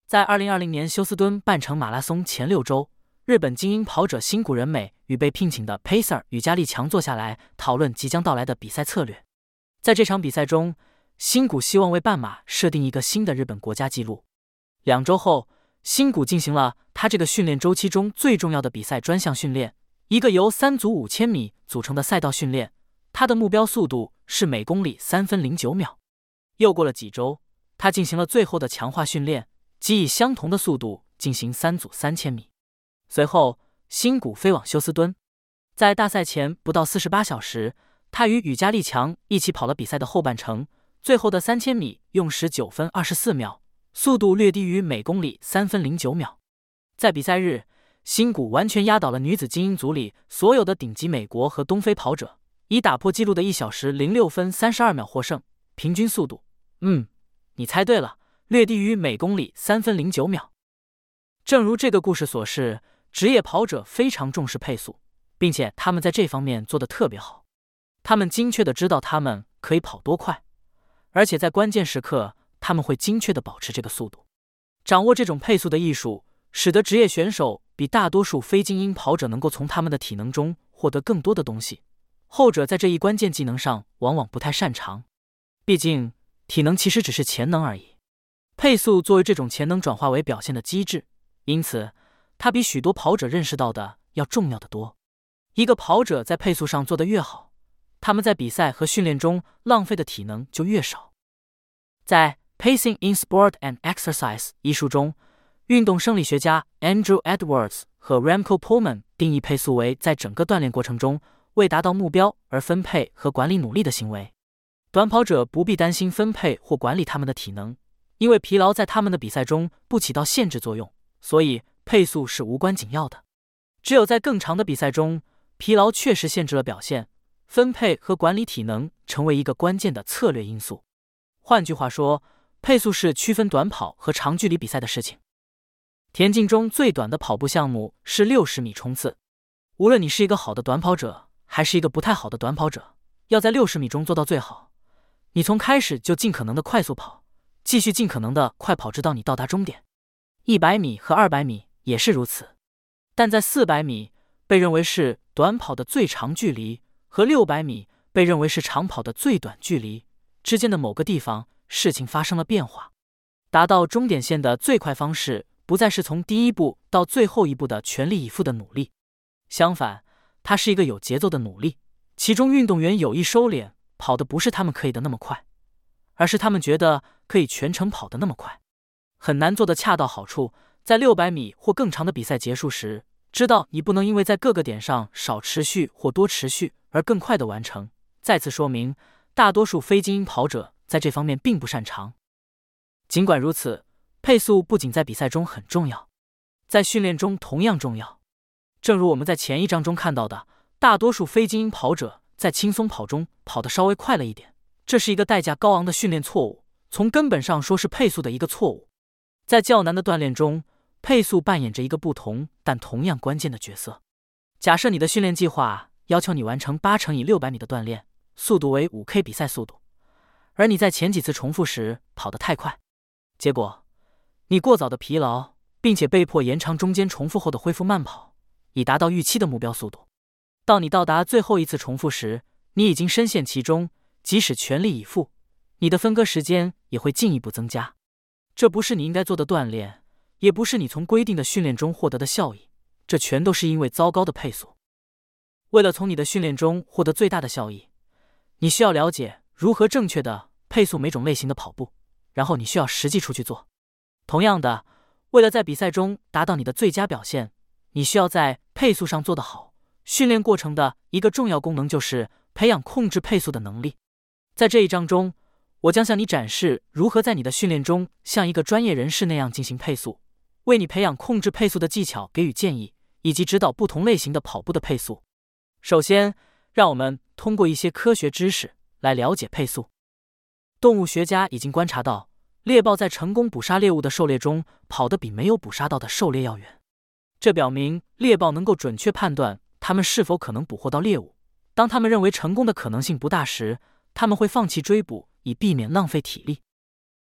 在2020年休斯敦半程马拉松前6周，日本精英跑者新谷仁美与被聘请的 Pacer 与加利强坐下来讨论即将到来的比赛策略。在这场比赛中，新谷希望为半马设定一个新的日本国家纪录。2周后，新谷进行了他这个训练周期中最重要的比赛专项训练，一个由3组5000米组成的赛道训练。他的目标速度是每公里3分09秒。又过了几周，他进行了最后的强化训练，即以相同的速度进行3组3000米。随后，新谷飞往休斯敦。在大赛前不到48小时，他与羽加利强一起跑了比赛的后半程，最后的3000米用时9分24秒，速度略低于每公里3分09秒。在比赛日，新谷完全压倒了女子精英组里所有的顶级美国和东非跑者，以打破纪录的1小时06分32秒获胜，平均速度，你猜对了，略低于每公里3分09秒。正如这个故事所示，职业跑者非常重视配速，并且他们在这方面做得特别好。他们精确地知道他们可以跑多快，而且在关键时刻他们会精确地保持这个速度。掌握这种配速的艺术，使得职业选手比大多数非精英跑者能够从他们的体能中获得更多的东西，后者在这一关键技能上往往不太擅长。毕竟体能其实只是潜能而已，配速作为这种潜能转化为表现的机制，因此它比许多跑者认识到的要重要得多。一个跑者在配速上做得越好，他们在比赛和训练中浪费的体能就越少。在 Pacing in Sport and Exercise 一书中，运动生理学家 Andrew Edwards 和 Remco Pullman 定义配速为在整个锻炼过程中为达到目标而分配和管理努力的行为。短跑者不必担心分配或管理他们的体能，因为疲劳在他们的比赛中不起到限制作用，所以配速是无关紧要的。只有在更长的比赛中，疲劳确实限制了表现，分配和管理体能成为一个关键的策略因素。换句话说，配速是区分短跑和长距离比赛的事情。田径中最短的跑步项目是60米冲刺。无论你是一个好的短跑者，还是一个不太好的短跑者，要在60米中做到最好。你从开始就尽可能的快速跑，继续尽可能的快跑直到你到达终点。100米和200米也是如此。但在400米被认为是短跑的最长距离和600米被认为是长跑的最短距离之间的某个地方，事情发生了变化。达到终点线的最快方式不再是从第一步到最后一步的全力以赴的努力，相反，它是一个有节奏的努力，其中运动员有意收敛，跑的不是他们可以的那么快，而是他们觉得可以全程跑的那么快。很难做得恰到好处，在600米或更长的比赛结束时，知道你不能因为在各个点上少持续或多持续而更快地完成。再次说明，大多数非精英跑者在这方面并不擅长。尽管如此，配速不仅在比赛中很重要，在训练中同样重要。正如我们在前一章中看到的，大多数非精英跑者在轻松跑中跑得稍微快了一点，这是一个代价高昂的训练错误，从根本上说是配速的一个错误。在较难的锻炼中，配速扮演着一个不同但同样关键的角色。假设你的训练计划要求你完成8乘以600米的锻炼，速度为 5K 比赛速度，而你在前几次重复时跑得太快，结果你过早的疲劳，并且被迫延长中间重复后的恢复慢跑，以达到预期的目标速度。到你到达最后一次重复时，你已经深陷其中，即使全力以赴，你的分割时间也会进一步增加。这不是你应该做的锻炼，也不是你从规定的训练中获得的效益，这全都是因为糟糕的配速。为了从你的训练中获得最大的效益，你需要了解如何正确的配速每种类型的跑步，然后你需要实际出去做。同样的，为了在比赛中达到你的最佳表现，你需要在配速上做得好。训练过程的一个重要功能就是培养控制配速的能力。在这一章中，我将向你展示如何在你的训练中像一个专业人士那样进行配速，为你培养控制配速的技巧给予建议，以及指导不同类型的跑步的配速。首先，让我们通过一些科学知识来了解配速。动物学家已经观察到，猎豹在成功捕杀猎物的狩猎中跑得比没有捕杀到的狩猎要远。这表明猎豹能够准确判断它们是否可能捕获到猎物。当它们认为成功的可能性不大时，它们会放弃追捕，以避免浪费体力。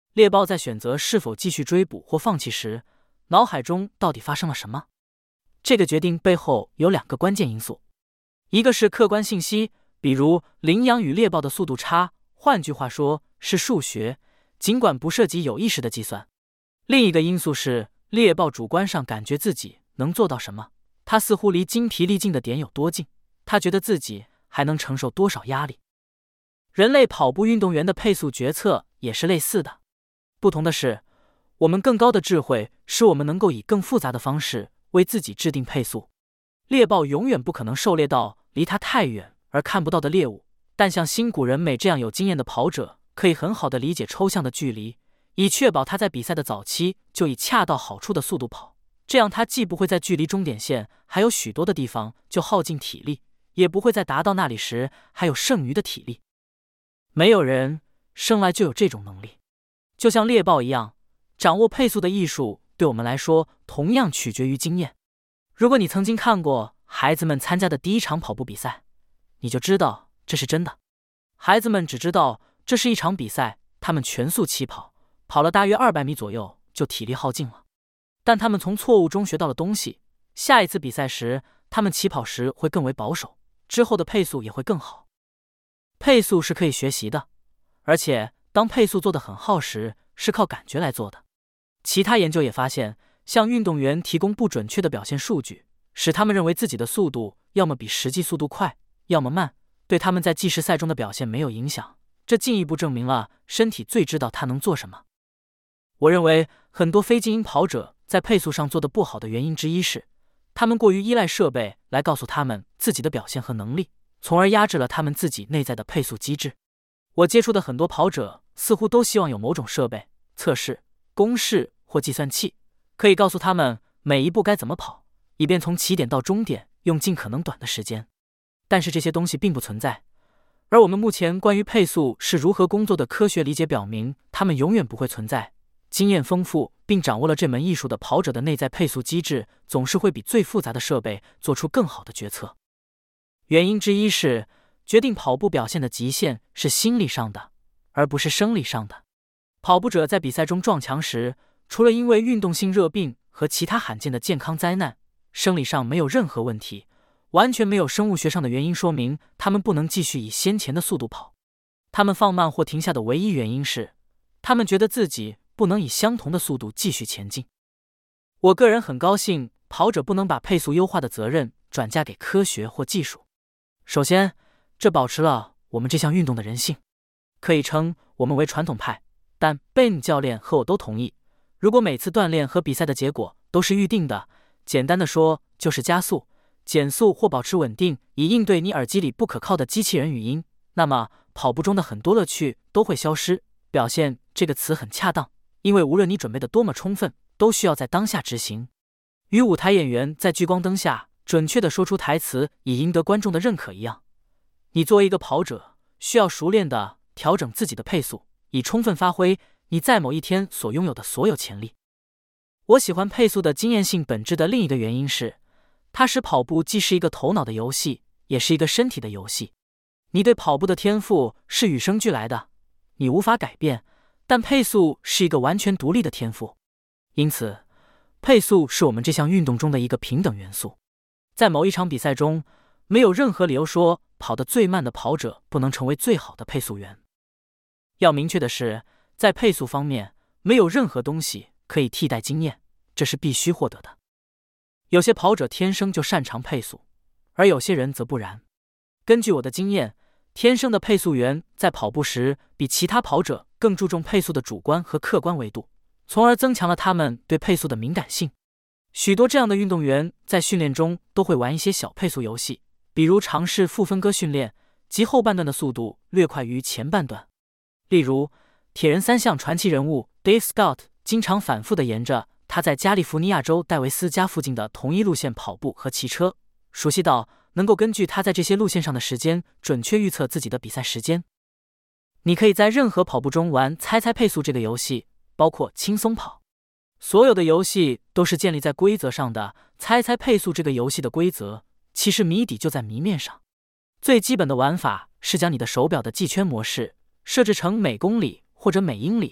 猎豹在选择是否继续追捕或放弃时，脑海中到底发生了什么？这个决定背后有2个关键因素，一个是客观信息，比如羚羊与猎豹的速度差，换句话说是数学，尽管不涉及有意识的计算。另一个因素是猎豹主观上感觉自己能做到什么，他似乎离精疲力尽的点有多近，他觉得自己还能承受多少压力。人类跑步运动员的配速决策也是类似的，不同的是，我们更高的智慧使我们能够以更复杂的方式为自己制定配速。猎豹永远不可能狩猎到离它太远而看不到的猎物，但像新谷仁美这样有经验的跑者，可以很好地理解抽象的距离，以确保他在比赛的早期就以恰到好处的速度跑，这样他既不会在距离终点线还有许多的地方就耗尽体力，也不会在达到那里时还有剩余的体力。没有人生来就有这种能力，就像猎豹一样，掌握配速的艺术对我们来说同样取决于经验。如果你曾经看过孩子们参加的第一场跑步比赛，你就知道这是真的。孩子们只知道这是一场比赛，他们全速起跑，跑了大约200米左右就体力耗尽了。但他们从错误中学到了东西，下一次比赛时，他们起跑时会更为保守，之后的配速也会更好。配速是可以学习的，而且当配速做得很好时，是靠感觉来做的。其他研究也发现，向运动员提供不准确的表现数据，使他们认为自己的速度要么比实际速度快，要么慢，对他们在计时赛中的表现没有影响。这进一步证明了身体最知道他能做什么。我认为很多非精英跑者在配速上做得不好的原因之一是，他们过于依赖设备来告诉他们自己的表现和能力，从而压制了他们自己内在的配速机制。我接触的很多跑者似乎都希望有某种设备、测试、公式或计算器，可以告诉他们每一步该怎么跑，以便从起点到终点用尽可能短的时间。但是这些东西并不存在，而我们目前关于配速是如何工作的科学理解表明，它们永远不会存在。经验丰富并掌握了这门艺术的跑者的内在配速机制总是会比最复杂的设备做出更好的决策。原因之一是，决定跑步表现的极限是心理上的，而不是生理上的。跑步者在比赛中撞墙时，除了因为运动性热病和其他罕见的健康灾难，生理上没有任何问题，完全没有生物学上的原因说明他们不能继续以先前的速度跑。他们放慢或停下的唯一原因是，他们觉得自己不能以相同的速度继续前进。我个人很高兴，跑者不能把配速优化的责任转嫁给科学或技术。首先，这保持了我们这项运动的人性，可以称我们为传统派，但 Ben 教练和我都同意，如果每次锻炼和比赛的结果都是预定的，简单的说就是加速、减速或保持稳定，以应对你耳机里不可靠的机器人语音，那么跑步中的很多乐趣都会消失。表现这个词很恰当，因为无论你准备的多么充分，都需要在当下执行。与舞台演员在聚光灯下准确地说出台词以赢得观众的认可一样，你作为一个跑者，需要熟练地调整自己的配速，以充分发挥你在某一天所拥有的所有潜力。我喜欢配速的经验性本质的另一个原因是，它使跑步既是一个头脑的游戏，也是一个身体的游戏。你对跑步的天赋是与生俱来的，你无法改变，但配速是一个完全独立的天赋。因此，配速是我们这项运动中的一个平等元素。在某一场比赛中，没有任何理由说跑得最慢的跑者不能成为最好的配速员。要明确的是，在配速方面，没有任何东西可以替代经验，这是必须获得的。有些跑者天生就擅长配速，而有些人则不然。根据我的经验，天生的配速员在跑步时比其他跑者更注重配速的主观和客观维度，从而增强了他们对配速的敏感性。许多这样的运动员在训练中都会玩一些小配速游戏，比如尝试负分割训练，即后半段的速度略快于前半段。例如，铁人三项传奇人物 Dave Scott 经常反复地沿着他在加利福尼亚州戴维斯家附近的同一路线跑步和骑车，熟悉到能够根据他在这些路线上的时间准确预测自己的比赛时间。你可以在任何跑步中玩猜猜配速这个游戏，包括轻松跑。所有的游戏都是建立在规则上的，猜猜配速这个游戏的规则其实谜底就在谜面上。最基本的玩法是将你的手表的计圈模式设置成每公里或者每英里，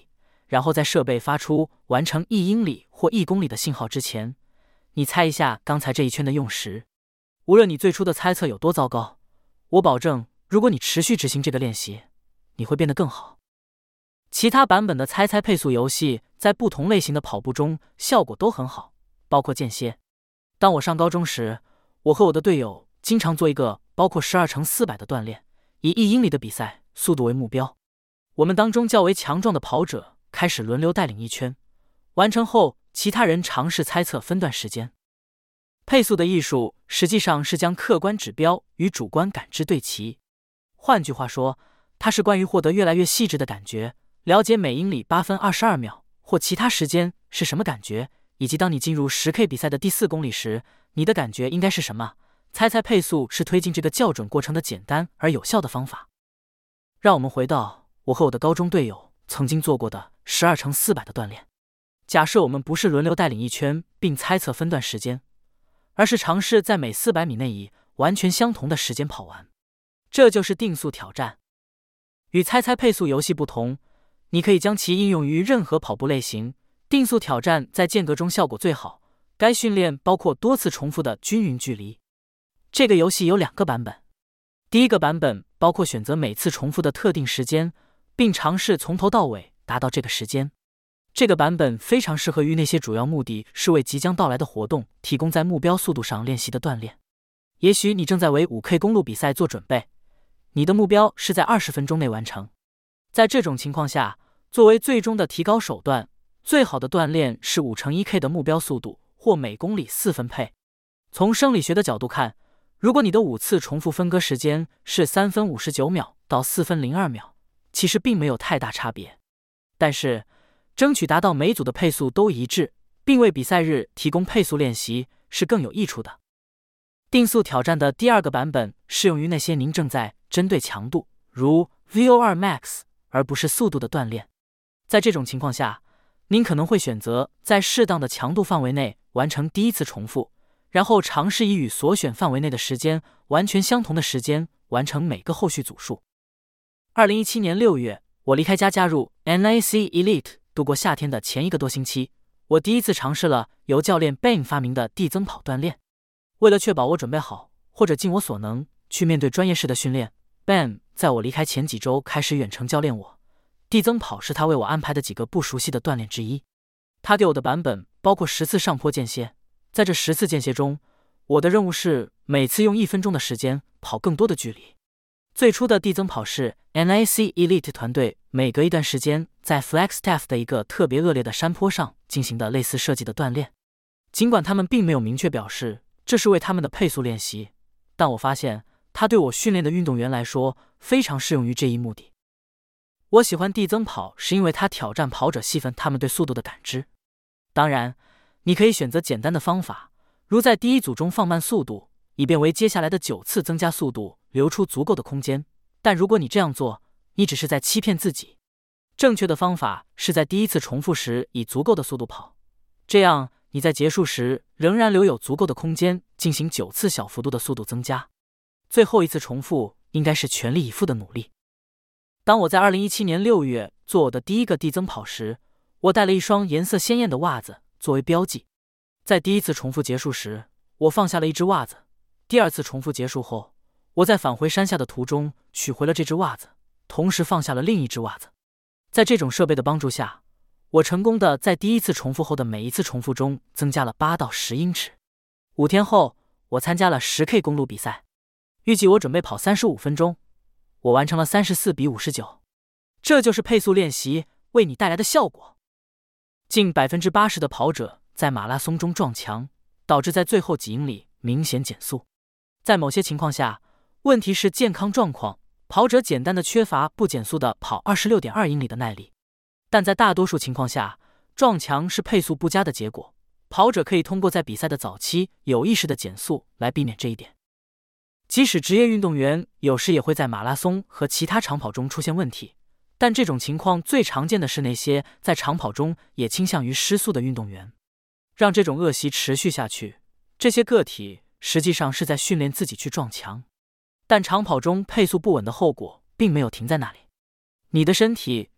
然后在设备发出完成1英里或1公里的信号之前，你猜一下刚才这一圈的用时。无论你最初的猜测有多糟糕，我保证，如果你持续执行这个练习，你会变得更好。其他版本的猜猜配速游戏在不同类型的跑步中效果都很好，包括间歇。当我上高中时，我和我的队友经常做一个包括12×400的锻炼，以1英里的比赛速度为目标。我们当中较为强壮的跑者开始轮流带领一圈，完成后其他人尝试猜测分段时间。配速的艺术实际上是将客观指标与主观感知对齐，换句话说，它是关于获得越来越细致的感觉，了解每英里8分22秒或其他时间是什么感觉，以及当你进入10K 比赛的第4公里时，你的感觉应该是什么。猜猜配速是推进这个校准过程的简单而有效的方法。让我们回到我和我的高中队友曾经做过的12×400的锻炼。假设我们不是轮流带领一圈并猜测分段时间，而是尝试在每400米内以完全相同的时间跑完。这就是定速挑战。与猜猜配速游戏不同，你可以将其应用于任何跑步类型。定速挑战在间隔中效果最好，该训练包括多次重复的均匀距离。这个游戏有2个版本。第一个版本包括选择每次重复的特定时间，并尝试从头到尾达到这个时间。这个版本非常适合于那些主要目的是为即将到来的活动提供在目标速度上练习的锻炼。也许你正在为5K 公路比赛做准备，你的目标是在20分钟内完成。在这种情况下，作为最终的提高手段，最好的锻炼是5×1K 的目标速度，或每公里4分配。从生理学的角度看，如果你的5次重复分割时间是3分59秒到4分02秒，其实并没有太大差别。但是，争取达到每组的配速都一致，并为比赛日提供配速练习是更有益处的。定速挑战的第2个版本适用于那些您正在针对强度，如 VO2 Max， 而不是速度的锻炼。在这种情况下，您可能会选择在适当的强度范围内完成第1次重复，然后尝试以与所选范围内的时间完全相同的时间完成每个后续组数。2017年6月，我离开家加入 NAC Elite， 度过夏天的前1个多星期，我第1次尝试了由教练 Ben 发明的递增跑锻炼。为了确保我准备好或者尽我所能去面对专业式的训练， Ben 在我离开前几周开始远程教练我。递增跑是他为我安排的几个不熟悉的锻炼之一。他给我的版本包括10次上坡间歇，在这10次间歇中，我的任务是每次用1分钟的时间跑更多的距离。最初的递增跑是 NAC Elite 团队每隔一段时间在 Flagstaff 的一个特别恶劣的山坡上进行的类似设计的锻炼。尽管他们并没有明确表示这是为他们的配速练习，但我发现它对我训练的运动员来说非常适用于这一目的。我喜欢递增跑是因为它挑战跑者细分他们对速度的感知。当然，你可以选择简单的方法，如在第1组中放慢速度，以便为接下来的9次增加速度留出足够的空间。但如果你这样做，你只是在欺骗自己。正确的方法是在第1次重复时以足够的速度跑，这样你在结束时仍然留有足够的空间进行9次小幅度的速度增加。最后1次重复应该是全力以赴的努力。当我在2017年6月做我的第1个递增跑时，我带了一双颜色鲜艳的袜子作为标记。在第1次重复结束时，我放下了一只袜子。第2次重复结束后，我在返回山下的途中取回了这只袜子，同时放下了另一只袜子。在这种设备的帮助下，我成功的在第1次重复后的每一次重复中增加了8到10英尺。5天后，我参加了10K 公路比赛，预计我准备跑35分钟，我完成了34比59。这就是配速练习为你带来的效果。近 80% 的跑者在马拉松中撞墙，导致在最后几英里明显减速。在某些情况下，问题是健康状况，跑者简单的缺乏不减速的跑 26.2 英里的耐力。但在大多数情况下，撞墙是配速不佳的结果，跑者可以通过在比赛的早期有意识的减速来避免这一点。即使职业运动员有时也会在马拉松和其他长跑中出现问题，但这种情况最常见的是那些在长跑中也倾向于失速的运动员。让这种恶习持续下去，这些个体实际上是在训练自己去撞墙。但长跑中配速不稳的后果并没有停在那里。你的身体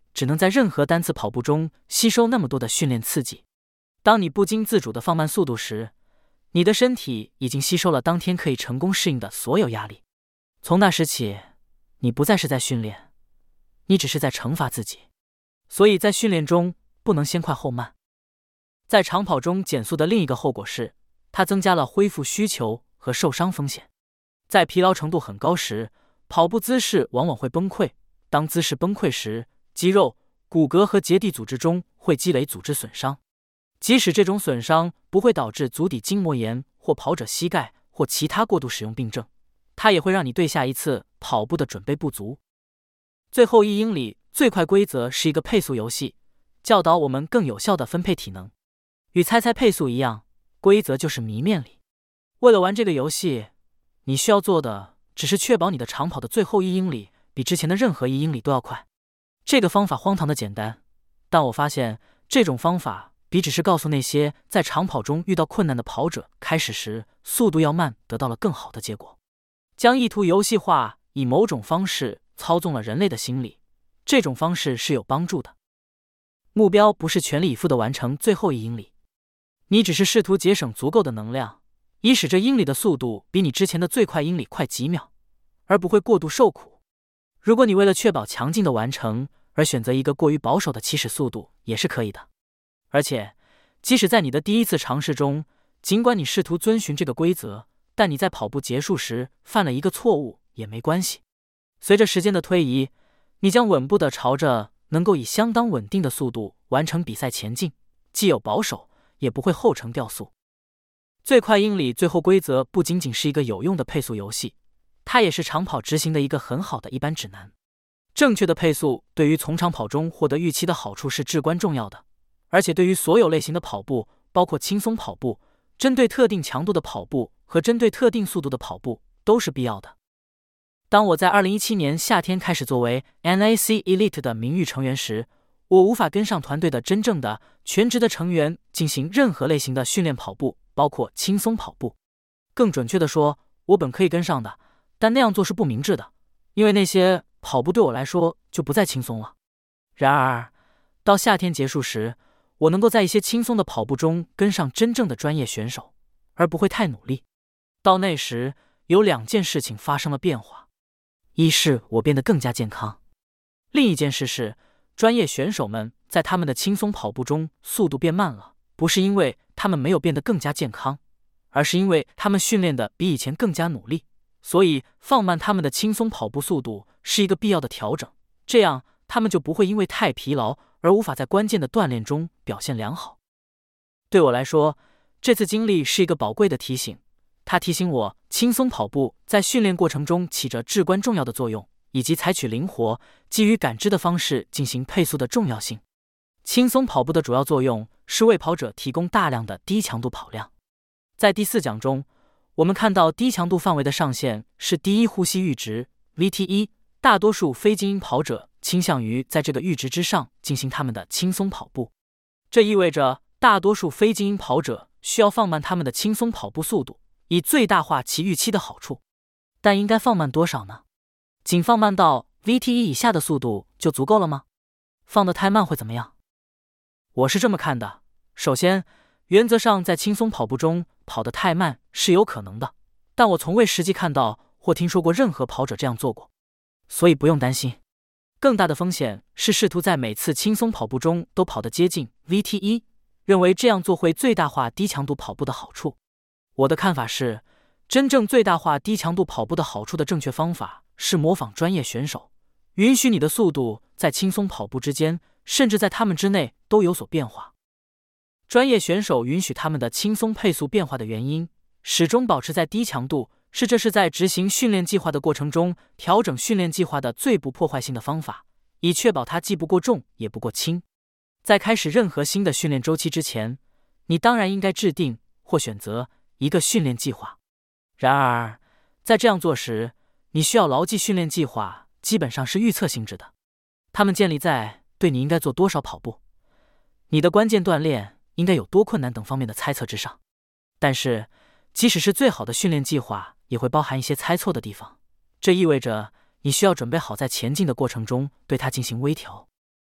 只能在任何单次跑步中吸收那么多的训练刺激。当你不经自主地放慢速度时，你的身体已经吸收了当天可以成功适应的所有压力。从那时起，你不再是在训练，你只是在惩罚自己。所以在训练中不能先快后慢。在长跑中减速的另一个后果是，它增加了恢复需求和受伤风险。在疲劳程度很高时，跑步姿势往往会崩溃。当姿势崩溃时，肌肉、骨骼和结缔组织中会积累组织损伤。即使这种损伤不会导致足底筋膜炎或跑者膝盖或其他过度使用病症，它也会让你对下一次跑步的准备不足。最后1英里最快规则是一个配速游戏，教导我们更有效地分配体能。与猜猜配速一样，规则就是谜面里。为了玩这个游戏，你需要做的只是确保你的长跑的最后1英里比之前的任何1英里都要快。这个方法荒唐的简单，但我发现这种方法比只是告诉那些在长跑中遇到困难的跑者开始时速度要慢得到了更好的结果。将意图游戏化，以某种方式操纵了人类的心理，这种方式是有帮助的。目标不是全力以赴地完成最后1英里，你只是试图节省足够的能量，以使这英里的速度比你之前的最快英里快几秒，而不会过度受苦。如果你为了确保强劲的完成而选择一个过于保守的起始速度，也是可以的。而且，即使在你的第一次尝试中，尽管你试图遵循这个规则，但你在跑步结束时犯了一个错误也没关系。随着时间的推移，你将稳步地朝着能够以相当稳定的速度完成比赛前进，既有保守，也不会后程掉速。最快英里最后规则不仅仅是一个有用的配速游戏，它也是长跑执行的一个很好的一般指南。正确的配速对于从长跑中获得预期的好处是至关重要的，而且对于所有类型的跑步，包括轻松跑步、针对特定强度的跑步和针对特定速度的跑步，都是必要的。当我在2017年夏天开始作为 NAC Elite 的名誉成员时，我无法跟上团队的真正的全职的成员进行任何类型的训练跑步，包括轻松跑步。更准确地说，我本可以跟上的，但那样做是不明智的，因为那些跑步对我来说就不再轻松了。然而，到夏天结束时，我能够在一些轻松的跑步中跟上真正的专业选手，而不会太努力。到那时，有2件事情发生了变化：一是我变得更加健康，另一件事是专业选手们在他们的轻松跑步中速度变慢了，不是因为他们没有变得更加健康，而是因为他们训练的比以前更加努力，所以放慢他们的轻松跑步速度是一个必要的调整，这样他们就不会因为太疲劳而无法在关键的锻炼中表现良好。对我来说，这次经历是一个宝贵的提醒，它提醒我轻松跑步在训练过程中起着至关重要的作用，以及采取灵活、基于感知的方式进行配速的重要性。轻松跑步的主要作用是为跑者提供大量的低强度跑量。在第4讲中，我们看到低强度范围的上限是第1呼吸阈值 VT1， 大多数非精英跑者倾向于在这个阈值之上进行他们的轻松跑步。这意味着大多数非精英跑者需要放慢他们的轻松跑步速度，以最大化其预期的好处。但应该放慢多少呢？仅放慢到 VT1 以下的速度就足够了吗？放得太慢会怎么样？我是这么看的。首先，原则上在轻松跑步中跑得太慢是有可能的，但我从未实际看到或听说过任何跑者这样做过，所以不用担心。更大的风险是试图在每次轻松跑步中都跑得接近 VT1， 认为这样做会最大化低强度跑步的好处。我的看法是，真正最大化低强度跑步的好处的正确方法是模仿专业选手，允许你的速度在轻松跑步之间，甚至在他们之内都有所变化。专业选手允许他们的轻松配速变化的原因，始终保持在低强度，这是在执行训练计划的过程中调整训练计划的最不破坏性的方法，以确保它既不过重也不过轻。在开始任何新的训练周期之前，你当然应该制定或选择一个训练计划。然而，在这样做时，你需要牢记训练计划基本上是预测性质的，它们建立在对你应该做多少跑步、你的关键锻炼应该有多困难等方面的猜测之上。但是，即使是最好的训练计划，也会包含一些猜错的地方，这意味着你需要准备好在前进的过程中对它进行微调。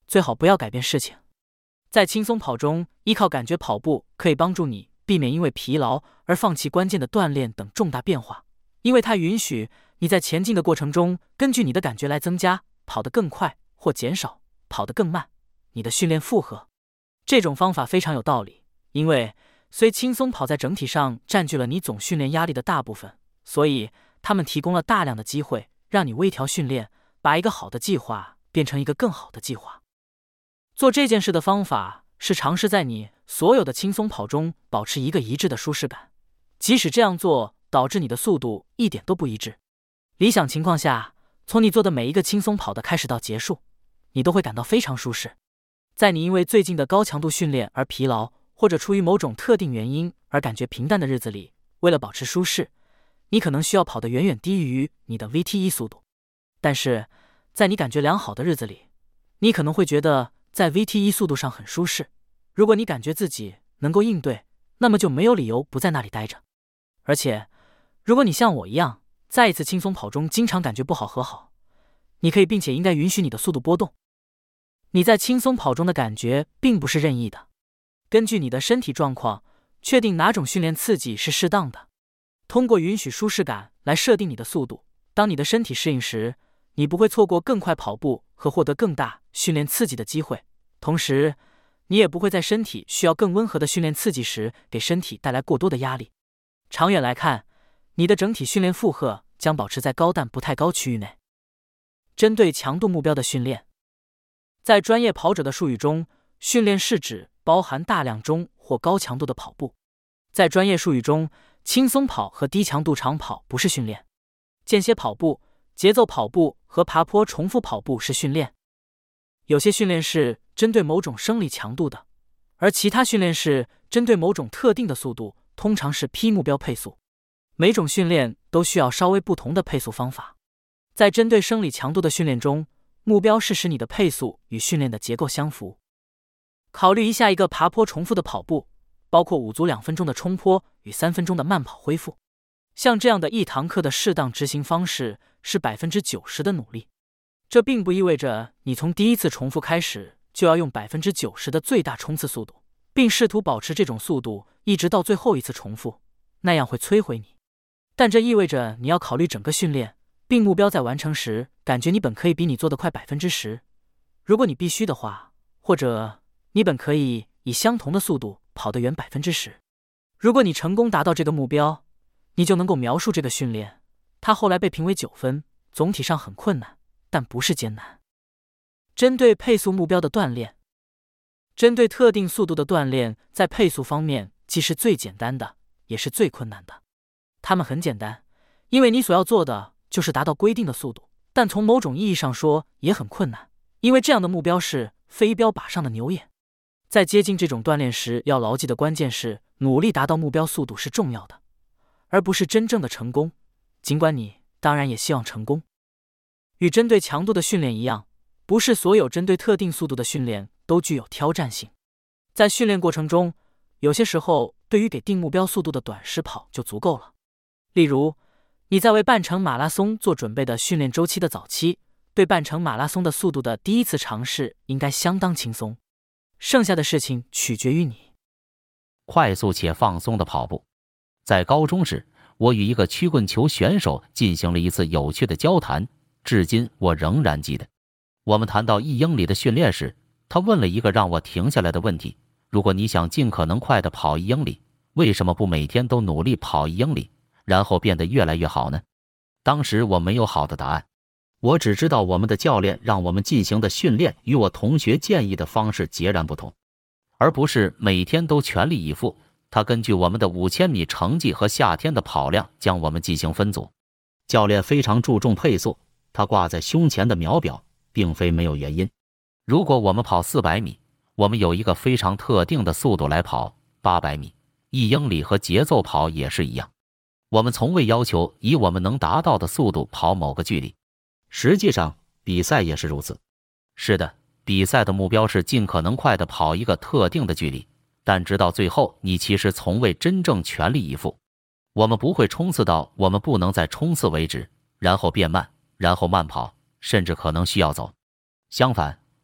最好不要改变事情。在轻松跑中，依靠感觉跑步可以帮助你避免因为疲劳而放弃关键的锻炼等重大变化，因为它允许你在前进的过程中根据你的感觉来增加跑得更快或减少跑得更慢你的训练负荷。这种方法非常有道理，因为虽轻松跑在整体上占据了你总训练压力的大部分，所以他们提供了大量的机会让你微调训练，把一个好的计划变成一个更好的计划。做这件事的方法是尝试在你所有的轻松跑中保持一个一致的舒适感，即使这样做导致你的速度一点都不一致。理想情况下，从你做的每一个轻松跑的开始到结束，你都会感到非常舒适。在你因为最近的高强度训练而疲劳，或者出于某种特定原因而感觉平淡的日子里，为了保持舒适，你可能需要跑得远远低于你的 VT1 速度。但是在你感觉良好的日子里，你可能会觉得在 VT1 速度上很舒适。如果你感觉自己能够应对，那么就没有理由不在那里待着。而且如果你像我一样在一次轻松跑中经常感觉不好和好，你可以并且应该允许你的速度波动。你在轻松跑中的感觉并不是任意的，根据你的身体状况确定哪种训练刺激是适当的。通过允许舒适感来设定你的速度，当你的身体适应时，你不会错过更快跑步和获得更大训练刺激的机会，同时你也不会在身体需要更温和的训练刺激时给身体带来过多的压力。长远来看，你的整体训练负荷将保持在高但不太高区域内。针对强度目标的训练，在专业跑者的术语中，训练是指包含大量中或高强度的跑步。在专业术语中，轻松跑和低强度长跑不是训练，间歇跑步、节奏跑步和爬坡重复跑步是训练。有些训练是针对某种生理强度的，而其他训练是针对某种特定的速度，通常是 P 目标配速。每种训练都需要稍微不同的配速方法。在针对生理强度的训练中，目标是使你的配速与训练的结构相符。考虑一下一个爬坡重复的跑步，包括5组2分钟的冲坡与3分钟的慢跑恢复。像这样的一堂课的适当执行方式是 90% 的努力。这并不意味着你从第一次重复开始就要用 90% 的最大冲刺速度，并试图保持这种速度一直到最后一次重复，那样会摧毁你。但这意味着你要考虑整个训练，并目标在完成时感觉你本可以比你做得快 10%。如果你必须的话，或者你本可以以相同的速度跑得远 10%。如果你成功达到这个目标，你就能够描述这个训练。它后来被评为9分，总体上很困难，但不是艰难。针对配速目标的锻炼，针对特定速度的锻炼在配速方面既是最简单的，也是最困难的。它们很简单，因为你所要做的就是达到规定的速度，但从某种意义上说也很困难，因为这样的目标是飞镖靶上的牛眼。在接近这种锻炼时，要牢记的关键是努力达到目标速度是重要的，而不是真正的成功，尽管你当然也希望成功。与针对强度的训练一样，不是所有针对特定速度的训练都具有挑战性。在训练过程中，有些时候对于给定目标速度的短时跑就足够了。例如，你在为半程马拉松做准备的训练周期的早期，对半程马拉松的速度的第一次尝试应该相当轻松，剩下的事情取决于你。 快速且放松的跑步。在高中时，我与一个曲棍球选手进行了一次有趣的交谈，至今我仍然记得。我们谈到1英里的训练时，他问了一个让我停下来的问题：如果你想尽可能快地跑1英里，为什么不每天都努力跑1英里，然后变得越来越好呢？当时我没有好的答案，我只知道我们的教练让我们进行的训练与我同学建议的方式截然不同，而不是每天都全力以赴。他根据我们的5000米成绩和夏天的跑量将我们进行分组。教练非常注重配速，他挂在胸前的秒表并非没有原因。如果我们跑400米，我们有一个非常特定的速度来跑800米、1英里，和节奏跑也是一样。我们从未要求以我们能达到的速度跑某个距离。实际上，比赛也是如此。是的，比赛的目标是尽可能快地跑一个特定的距离，但直到最后，你其实从未真正全力以赴。我们不会冲刺到我们不能再冲刺为止，然后变慢，然后慢跑，甚至可能需要走。相反，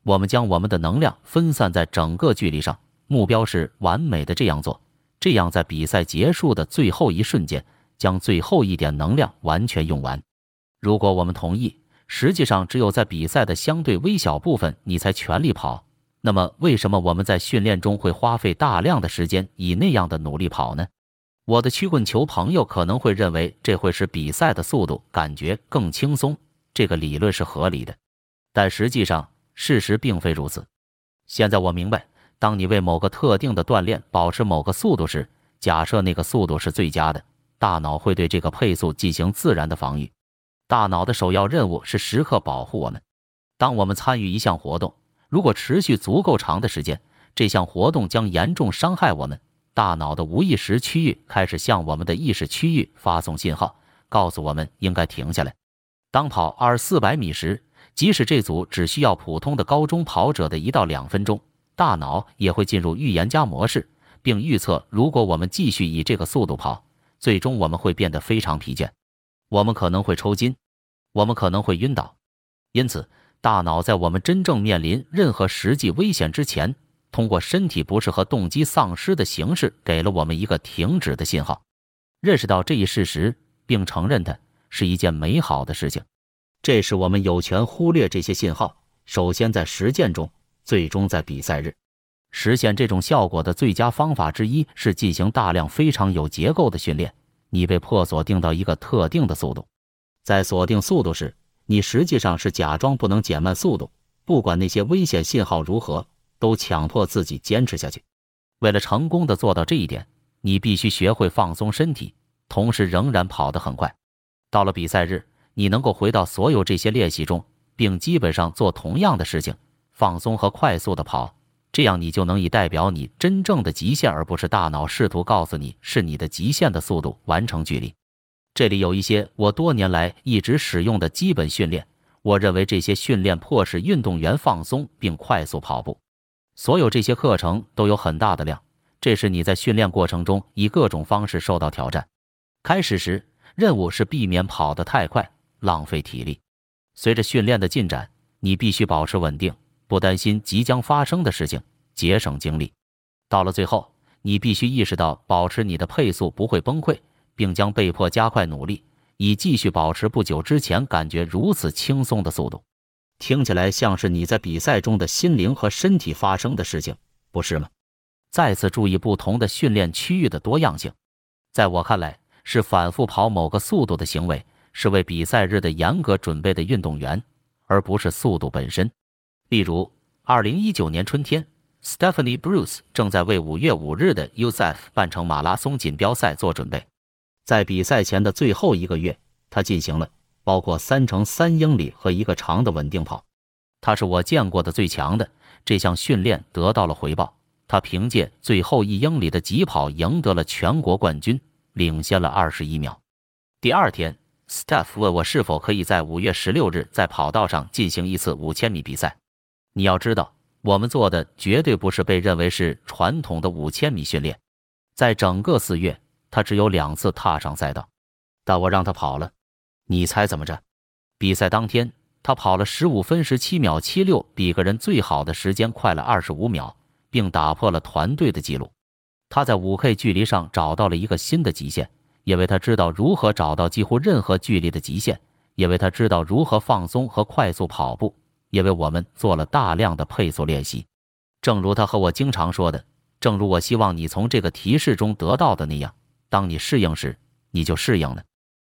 我们将我们的能量分散在整个距离上，目标是完美的这样做，这样在比赛结束的最后一瞬间，将最后一点能量完全用完。如果我们同意，实际上只有在比赛的相对微小部分你才全力跑，那么为什么我们在训练中会花费大量的时间以那样的努力跑呢？我的曲棍球朋友可能会认为这会使比赛的速度感觉更轻松，这个理论是合理的，但实际上事实并非如此。现在我明白，当你为某个特定的锻炼保持某个速度时，假设那个速度是最佳的，大脑会对这个配速进行自然的防御。大脑的首要任务是时刻保护我们。当我们参与一项活动，如果持续足够长的时间，这项活动将严重伤害我们。大脑的无意识区域开始向我们的意识区域发送信号，告诉我们应该停下来。当跑400米时，即使这组只需要普通的高中跑者的1到2分钟，大脑也会进入预言家模式，并预测如果我们继续以这个速度跑，最终我们会变得非常疲倦，我们可能会抽筋，我们可能会晕倒。因此，大脑在我们真正面临任何实际危险之前，通过身体不适和动机丧失的形式给了我们一个停止的信号。认识到这一事实并承认它是一件美好的事情，这使我们有权忽略这些信号，首先在实践中，最终在比赛日。实现这种效果的最佳方法之一是进行大量非常有结构的训练。你被迫锁定到一个特定的速度，在锁定速度时，你实际上是假装不能减慢速度，不管那些危险信号如何，都强迫自己坚持下去。为了成功地做到这一点，你必须学会放松身体，同时仍然跑得很快。到了比赛日，你能够回到所有这些练习中，并基本上做同样的事情，放松和快速地跑，这样你就能以代表你真正的极限而不是大脑试图告诉你是你的极限的速度完成距离。这里有一些我多年来一直使用的基本训练，我认为这些训练迫使运动员放松并快速跑步。所有这些课程都有很大的量，这是你在训练过程中以各种方式受到挑战。开始时，任务是避免跑得太快，浪费体力。随着训练的进展，你必须保持稳定，不担心即将发生的事情，节省精力。到了最后，你必须意识到保持你的配速不会崩溃，并将被迫加快努力，以继续保持不久之前感觉如此轻松的速度。听起来像是你在比赛中的心灵和身体发生的事情，不是吗？再次注意不同的训练区域的多样性。在我看来，是反复跑某个速度的行为，是为比赛日的严格准备的运动员，而不是速度本身。例如，2019年春天， Stephanie Bruce 正在为5月5日的 USF 半程马拉松锦标赛做准备。在比赛前的最后1个月，他进行了包括3乘3英里和1个长的稳定跑。他是我见过的最强的，这项训练得到了回报。他凭借最后1英里的疾跑赢得了全国冠军，领先了21秒。第二天， Steph 问我是否可以在5月16日在跑道上进行一次5000米比赛。你要知道，我们做的绝对不是被认为是传统的5000米训练。在整个4月，他只有2次踏上赛道，但我让他跑了。你猜怎么着？比赛当天，他跑了15分17秒76，比个人最好的时间快了25秒，并打破了团队的纪录。他在5K 距离上找到了一个新的极限，因为他知道如何找到几乎任何距离的极限，因为他知道如何放松和快速跑步，因为我们做了大量的配速练习。正如他和我经常说的，正如我希望你从这个提示中得到的那样，当你适应时，你就适应了。